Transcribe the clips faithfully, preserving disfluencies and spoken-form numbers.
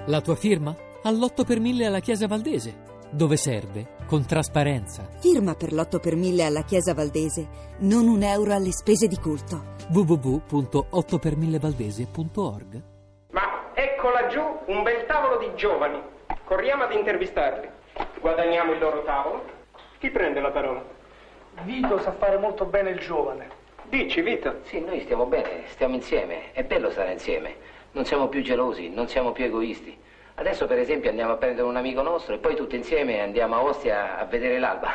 La tua firma? All'otto per mille alla Chiesa Valdese, dove serve con trasparenza. Firma per l'otto per mille alla Chiesa Valdese, non un euro alle spese di culto. w w w punto otto per mille valdese punto org. Ma ecco laggiù un bel tavolo di giovani. Corriamo ad intervistarli. Guadagniamo il loro tavolo. Chi prende la parola? Vito sa fare molto bene il giovane. Dici, Vito? Sì, noi stiamo bene, stiamo insieme. È bello stare insieme. Non siamo più gelosi, non siamo più egoisti. Adesso, per esempio, andiamo a prendere un amico nostro e poi tutti insieme andiamo a Ostia a vedere l'alba.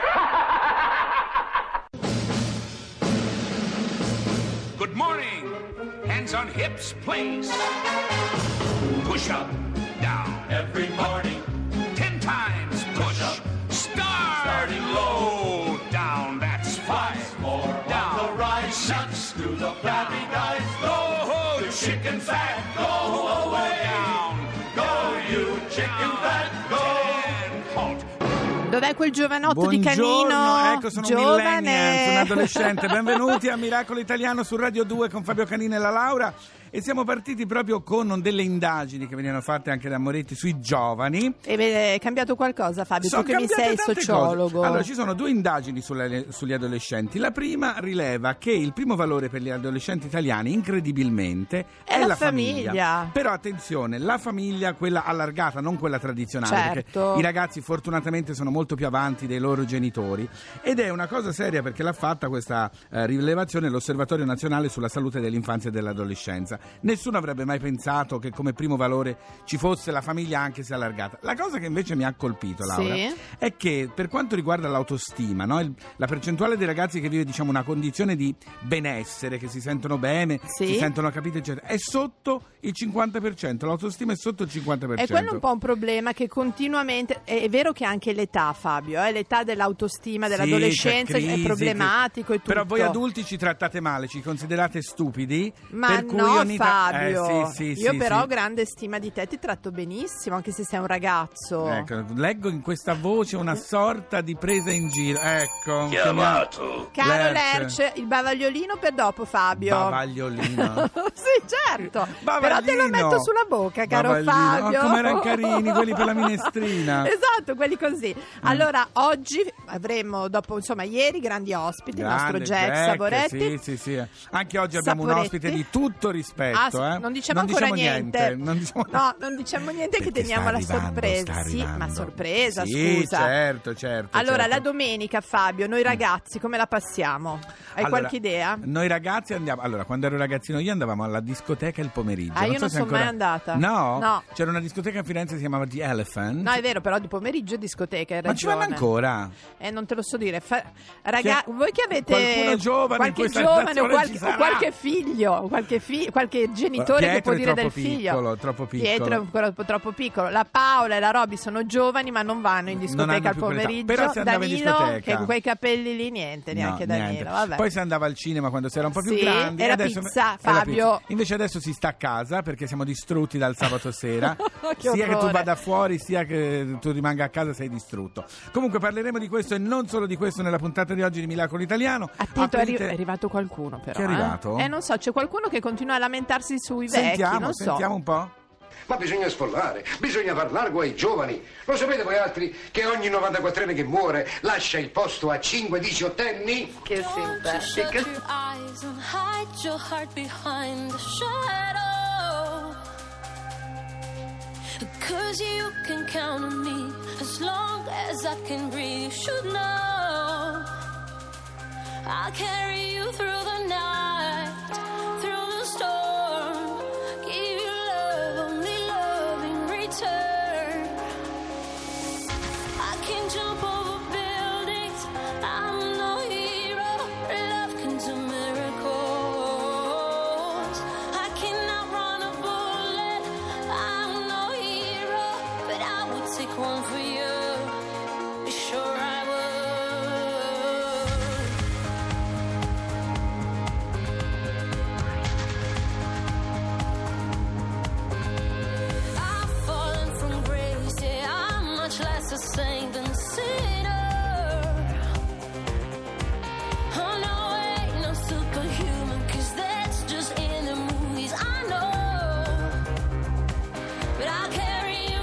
Good morning. Hands on hips, please. Push up, down. Every morning. Ten times push. Up. Start. Starting low. Down. That's five. More. Down. On the rise. Six. To the flabby guys. Go, the chicken fat. Go away. Down. Go, you chicken fat. Go. Halt. Dov'è quel giovanotto Buongiorno, di Canino? Ecco, sono Giovane. un millennial, sono un adolescente. Benvenuti a Miracolo Italiano su Radio due con Fabio Canino e la Laura. E siamo partiti proprio con delle indagini che venivano fatte anche da Moretti sui giovani. E beh, è cambiato qualcosa, Fabio? Sono tu che mi sei cambiate tante sociologo. cose. Allora, ci sono due indagini sulle, sugli adolescenti. La prima rileva che il primo valore per gli adolescenti italiani, incredibilmente, è, È la la famiglia. famiglia. Però attenzione, la famiglia, quella allargata, non quella tradizionale, Certo. perché i ragazzi fortunatamente sono molto più avanti dei loro genitori. Ed è una cosa seria perché l'ha fatta questa eh, rilevazione l'Osservatorio Nazionale sulla Salute dell'Infanzia e dell'Adolescenza. Nessuno avrebbe mai pensato che come primo valore ci fosse la famiglia, anche se allargata. La cosa che invece mi ha colpito, Laura, Sì. è che per quanto riguarda l'autostima, no? Il, la percentuale dei ragazzi che vive, diciamo, una condizione di benessere, che si sentono bene, Sì. si sentono capiti, eccetera, è sotto il cinquanta per cento. L'autostima è sotto il cinquanta per E cento. quello è un po' un problema che continuamente... È, è vero che anche l'età, Fabio, eh, l'età dell'autostima, dell'adolescenza sì, c'è è crisi, problematico e tutto. Però voi adulti ci trattate male, ci considerate stupidi. Ma per cui no, ogni ta- Fabio, eh, sì, sì, io sì, però sì. ho grande stima di te, ti tratto benissimo, anche se sei un ragazzo. Ecco, leggo in questa voce una sorta di presa in giro. Ecco. Chiamato. Caro Lerch. Lerch, il bavagliolino per dopo, Fabio. Bavagliolino. Sì, certo. Però Bavaglino. te lo metto sulla bocca, caro Bavaglino. Fabio. Oh, come erano carini quelli per la minestrina. Esatto, quelli così. Allora, oggi avremo, dopo, insomma, ieri grandi ospiti, il nostro Grande Jack, Jack, Savoretti. Sì, sì, sì. Anche oggi abbiamo un Saporetti. ospite di tutto rispetto. Ah, sì, eh. non diciamo ancora niente. Non diciamo No, non diciamo niente, che Perché teniamo sta la arrivando, sorpresa. sta Sì, arrivando. ma sorpresa, Sì, scusa. certo, certo. Allora, certo. la domenica, Fabio, noi ragazzi come la passiamo? Hai Allora, qualche idea? Noi ragazzi andiamo. Allora, quando ero ragazzino io andavamo alla discoteca il pomeriggio. Ah, io so non se sono ancora... mai andata. No? No. C'era una discoteca a Firenze che si chiamava The Elephant. No, è vero, però di pomeriggio discoteca, hai Ma ci ragione. vanno ancora? Eh, non te lo so dire. Fa... Raga... Che- voi che avete qualcuno giovane in qualche questa giovane o redazione qualche, ci o sarà. qualche figlio, qualche, fi... qualche genitore Pietro che può è dire del troppo figlio. piccolo, troppo piccolo. Pietro è ancora troppo piccolo. La Paola e la Roby sono giovani, ma non vanno in Non discoteca hanno al più quell'età. pomeriggio. Però si andava in Danilo, discoteca. che con quei capelli lì, niente, neanche No, Danilo. niente. Vabbè. Poi si andava al cinema quando si era un po' più Sì, grandi. e la adesso... pizza, e la Fabio. pizza. Invece adesso si sta a casa perché siamo distrutti dal sabato sera. Che sia che tu orrore. vada fuori, sia che tu rimanga a casa, sei distrutto. Comunque parleremo di questo e non solo di questo nella puntata di oggi di Miracolo Italiano. Attento, è arri- Aprite- è arrivato qualcuno però. Chi è arrivato? Eh? eh, non so, c'è qualcuno che continua a lamentarsi sui Sentiamo, vecchi, non so. sentiamo un po'. Ma bisogna sfollare, bisogna far largo ai giovani. Lo sapete voi altri che ogni novantaquattrenne che muore lascia il posto a cinque diciottenni? Che Shut simpatico. your eyes and hide your heart behind the shadow. 'Cause you can count on me as long as I can breathe. You should know I'll carry you through the night, through the storm. Give you love, only love in return. I can jump over buildings, I'm no hero. Love can do miracles. I cannot run a bullet, I'm no hero, but I would take one for you. Be sure I would. I've fallen from grace, yeah, I'm much less a saint than a sinner. Oh no, ain't no superhuman, 'cause that's just in the movies, I know. But I'll carry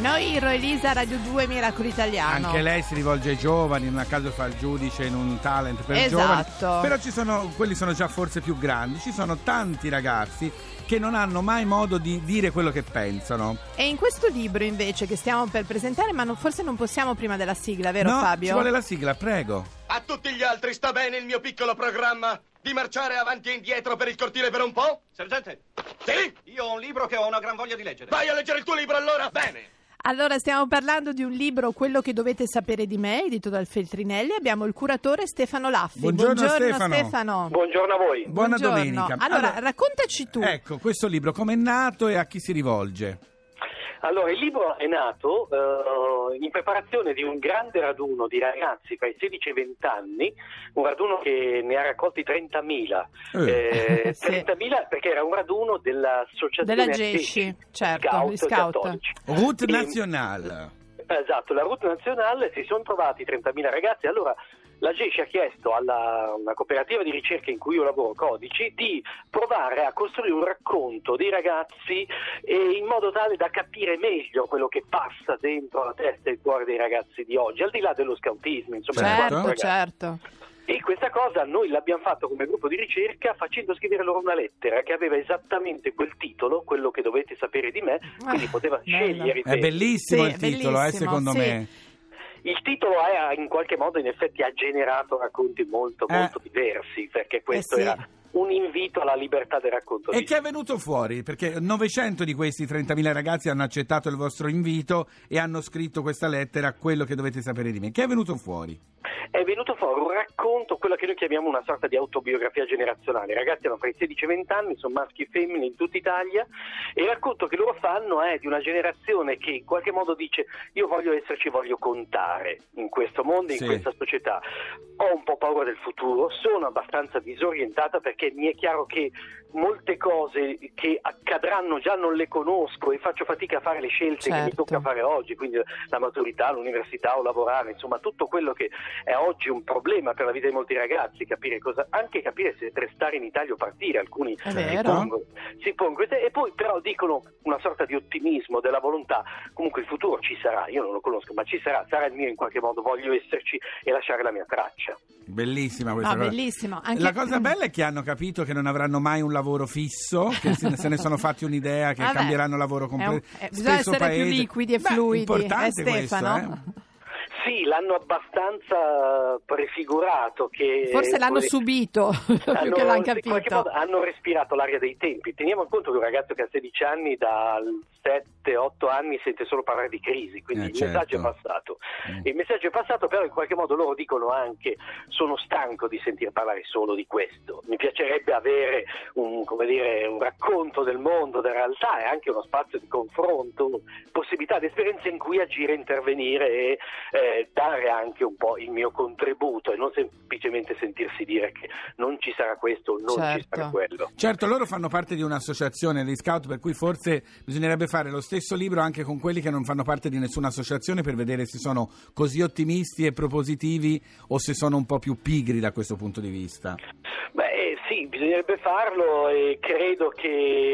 Noi, Iro Elisa, Radio due, Miracolo Italiano. Anche lei si rivolge ai giovani, non a caso fa il giudice in un talent per esatto. giovani. Però ci sono, quelli sono già forse più grandi, ci sono tanti ragazzi che non hanno mai modo di dire quello che pensano. E in questo libro invece che stiamo per presentare, ma non, forse non possiamo prima della sigla, vero no, Fabio? Ci vuole la sigla, prego. A tutti gli altri sta bene il mio piccolo programma di marciare avanti e indietro per il cortile per un po'? Sergente? Sì? Io ho un libro che ho una gran voglia di leggere. Vai a leggere il tuo libro allora! Bene! Allora, stiamo parlando di un libro, Quello che dovete sapere di me, edito dal Feltrinelli. Abbiamo il curatore Stefano Laffi. Buongiorno, Buongiorno Stefano. Stefano. Buongiorno a voi. Buona Buongiorno. domenica. Allora, allora, raccontaci tu. Ecco, questo libro com'è nato e a chi si rivolge? Allora, il libro è nato uh, in preparazione di un grande raduno di ragazzi tra i sedici e i venti anni, un raduno che ne ha raccolti trentamila. Eh. Eh, Sì. trentamila perché era un raduno dell'associazione Della Gesci, certo, Scout, gli scout. cattolici. Route E- Nationale. Esatto, la Route Nazionale, si sono trovati trentamila ragazzi. Allora la Gesci ha chiesto alla una cooperativa di ricerca in cui io lavoro, Codici, di provare a costruire un racconto dei ragazzi eh, in modo tale da capire meglio quello che passa dentro la testa e il cuore dei ragazzi di oggi, al di là dello scoutismo, insomma. di Certo, quanto ragazzi. certo. E questa cosa noi l'abbiamo fatto come gruppo di ricerca facendo scrivere loro una lettera che aveva esattamente quel titolo, Quello che dovete sapere di me, quindi poteva bello. scegliere i È temi. bellissimo Sì, il titolo, eh, bellissimo, secondo sì. me. Il titolo è, in qualche modo in effetti ha generato racconti molto Eh. molto diversi, perché questo Eh sì. era un invito alla libertà del racconto. E di che è venuto fuori? Perché novecento di questi trentamila ragazzi hanno accettato il vostro invito e hanno scritto questa lettera, Quello che dovete sapere di me. Che è venuto fuori? È venuto fuori un racconto, quello che noi chiamiamo una sorta di autobiografia generazionale. I ragazzi hanno fra i sedici e i venti anni, sono maschi e femmine in tutta Italia, e il racconto che loro fanno è di una generazione che in qualche modo dice: io voglio esserci, voglio contare in questo mondo, in Sì. questa società. Ho un po' paura del futuro, sono abbastanza disorientata perché mi è chiaro che molte cose che accadranno già non le conosco e faccio fatica a fare le scelte che mi Certo. tocca fare oggi, quindi la maturità, l'università o lavorare, insomma tutto quello che è oggi un problema per la vita di molti ragazzi, capire cosa, anche capire se restare in Italia o partire, alcuni È si vero. pongono, si pongono queste- e poi però dicono una sorta di ottimismo, della volontà, comunque il futuro ci sarà, io non lo conosco ma ci sarà, sarà il mio in qualche modo, voglio esserci e lasciare la mia traccia. Bellissima questa No, cosa. bellissimo. Anche... La cosa bella è che hanno capito che non avranno mai un lavoro fisso, che se se ne sono fatti un'idea che Vabbè, cambieranno lavoro è un- completo. eh, bisogna essere più liquidi e fluidi, Importante eh, questo, Stefano? eh? Sì, l'hanno abbastanza prefigurato che Forse l'hanno come- subito, più hanno, che l'hanno in qualche capito. modo hanno respirato l'aria dei tempi. Teniamo conto che un ragazzo che ha sedici anni, dal sette otto anni sente solo parlare di crisi, quindi Eh, il certo. messaggio è passato. Mm. Il messaggio è passato, però in qualche modo loro dicono anche: sono stanco di sentir parlare solo di questo, mi piacerebbe avere un, come dire, un racconto del mondo, della realtà e anche uno spazio di confronto, possibilità di esperienza in cui agire, intervenire e eh, dare anche un po' il mio contributo e non semplicemente sentirsi dire che non ci sarà questo o non ci sarà Certo. quello. Certo, loro fanno parte di un'associazione, gli scout, per cui forse bisognerebbe fare lo stesso libro anche con quelli che non fanno parte di nessuna associazione, per vedere se sono così ottimisti e propositivi o se sono un po' più pigri da questo punto di vista. Beh, eh, sì, bisognerebbe farlo e credo che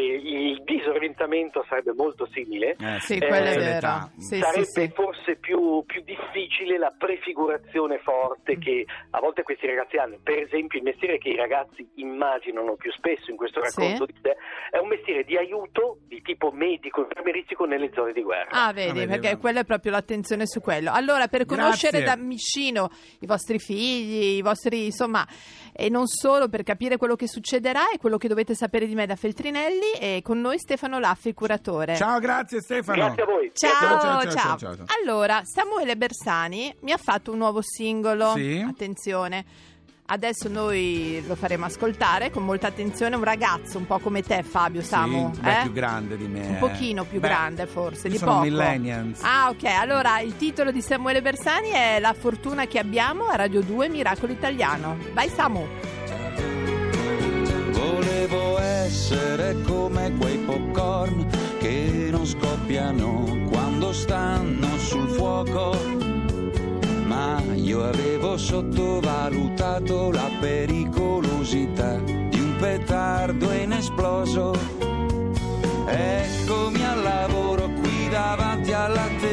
il disorientamento sarebbe molto simile. Eh, Sì, Eh, quello è c'è vero. l'età. Sì, Sarebbe sì, sì. forse più, più difficile la prefigurazione forte che a volte questi ragazzi hanno. Per esempio, il mestiere che i ragazzi immaginano più spesso in questo racconto Sì. di te è un mestiere di aiuto di tipo medico, infermieristico nelle zone di guerra. Ah, vedi, Ah, vedi, perché va. quella è proprio l'attenzione su quello. Allora, per conoscere Grazie. da vicino i vostri figli, i vostri, insomma, e non solo, per capire quello che succederà e quello che dovete sapere di me da Feltrinelli, e con noi Stefano Laffi, curatore. Ciao, grazie Stefano. Grazie a voi. Ciao, Ciao, ciao, ciao, ciao, ciao, ciao. Allora, Samuele Bersani mi ha fatto un nuovo singolo. Sì. Attenzione. Adesso noi lo faremo ascoltare con molta attenzione. Un ragazzo un po' come te, Fabio, Samu, Sì, beh, eh? più grande di me. Un pochino più Beh, grande forse, io di sono poco. millennials. Ah, ok. Allora, il titolo di Samuele Bersani è La fortuna che abbiamo a Radio due Miracolo Italiano. Vai Samu. Volevo essere come quei popcorn che non scoppiano quando stanno sul fuoco, ma io avevo sottovalutato la pericolosità di un petardo inesploso. Eccomi al lavoro qui davanti alla tv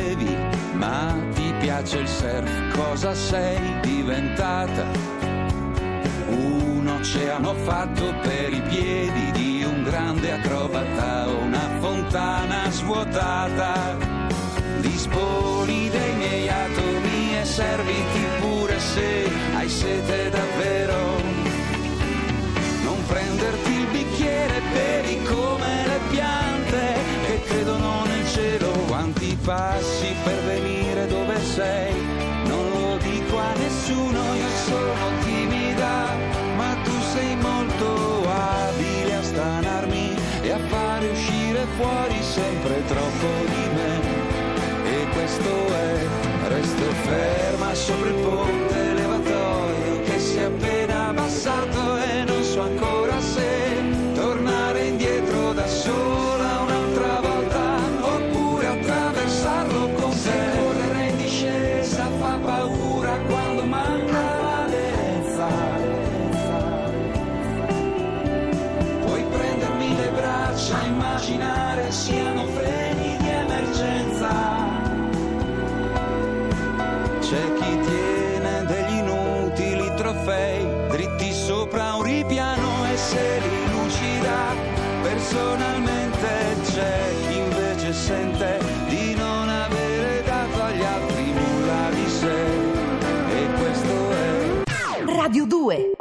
bevi, ma ti piace il surf, cosa sei diventata? Un oceano fatto per i piedi di un grande acrobata, una fontana svuotata. Disponi dei miei atomi e serviti pure se hai sete davvero. Non prenderti il bicchiere, bevi come le piante che credono nel cielo. Quanti passi per venire dove sei, non lo dico a nessuno, io sono timida, ma tu sei molto abile a stanarmi e a fare uscire fuori sempre troppo di me. E questo è, resto ferma sopra il ponte levatoio che si è appena abbassato e non so ancora se tornare indietro da sola un'altra volta oppure attraversarlo con te. Correre in discesa fa paura quando manca l'aderenza. Puoi prendermi le braccia, immaginare siano freni di emergenza. C'è chi tiene degli inutili trofei dritti sopra un ripiano e se li lucida. Personalmente c'è chi invece sente di non avere dato agli altri nulla di sé. E questo è Radio due.